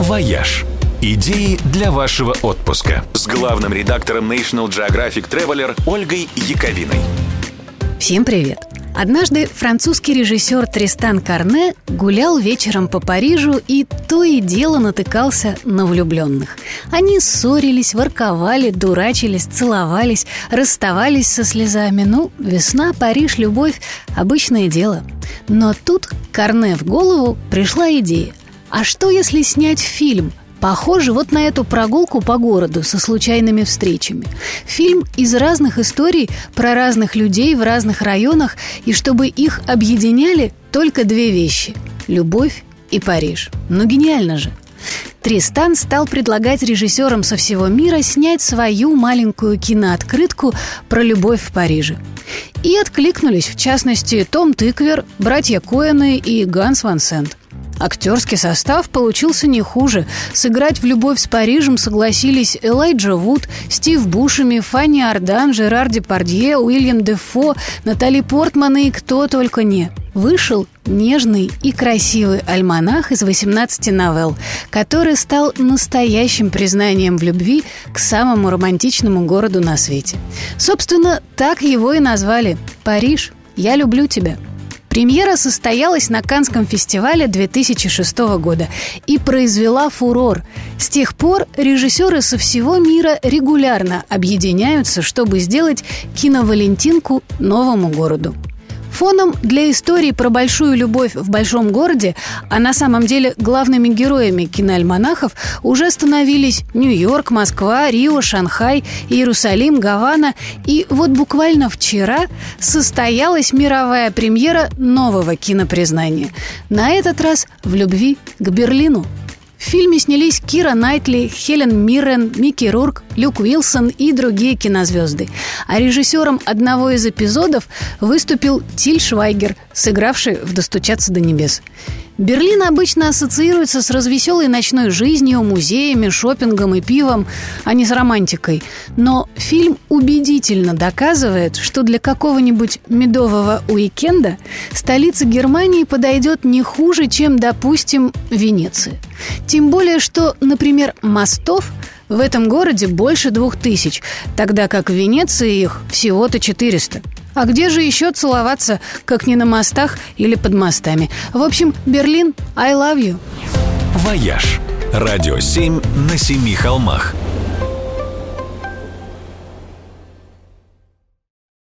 «Вояж». Идеи для вашего отпуска с главным редактором National Geographic Traveler Ольгой Яковиной. Всем привет! Однажды французский режиссер Тристан Карне гулял вечером по Парижу и то и дело натыкался на влюбленных. Они ссорились, ворковали, дурачились, целовались, расставались со слезами. Весна, Париж, любовь – обычное дело. Но тут Карне в голову пришла идея. А что, если снять фильм? Похоже вот на эту прогулку по городу со случайными встречами. Фильм из разных историй про разных людей в разных районах, и чтобы их объединяли только две вещи – любовь и Париж. Гениально же! Тристан стал предлагать режиссерам со всего мира снять свою маленькую кинооткрытку про любовь в Париже. И откликнулись, в частности, Том Тыквер, братья Коэны и Ганс Ван Sant. Актерский состав получился не хуже. Сыграть в «Любовь с Парижем» согласились Элайджа Вуд, Стив Бушеми, Фанни Ардан, Жерар Депардье, Уильям Дефо, Натали Портман и кто только не. Вышел нежный и красивый альманах из 18 новелл, который стал настоящим признанием в любви к самому романтичному городу на свете. Собственно, так его и назвали – «Париж, я люблю тебя». Премьера состоялась на Каннском фестивале 2006 года и произвела фурор. С тех пор режиссеры со всего мира регулярно объединяются, чтобы сделать киновалентинку новому городу. Фоном для истории про большую любовь в большом городе, а на самом деле главными героями киноальманахов уже становились Нью-Йорк, Москва, Рио, Шанхай, Иерусалим, Гавана. И вот буквально вчера состоялась мировая премьера нового кинопризнания. На этот раз в любви к Берлину. В фильме снялись Кира Найтли, Хелен Миррен, Микки Рурк, Люк Уилсон и другие кинозвезды. А режиссером одного из эпизодов выступил Тиль Швайгер, сыгравший в «Достучаться до небес». Берлин обычно ассоциируется с развеселой ночной жизнью, музеями, шопингом и пивом, а не с романтикой. Но фильм убедительно доказывает, что для какого-нибудь медового уикенда столица Германии подойдет не хуже, чем, допустим, Венеция. Тем более, что, например, мостов в этом городе больше 2000, тогда как в Венеции их всего-то 400. А где же еще целоваться, как не на мостах или под мостами? В общем, Берлин, I love you. «Вояж». Радио 7 на 7 холмах.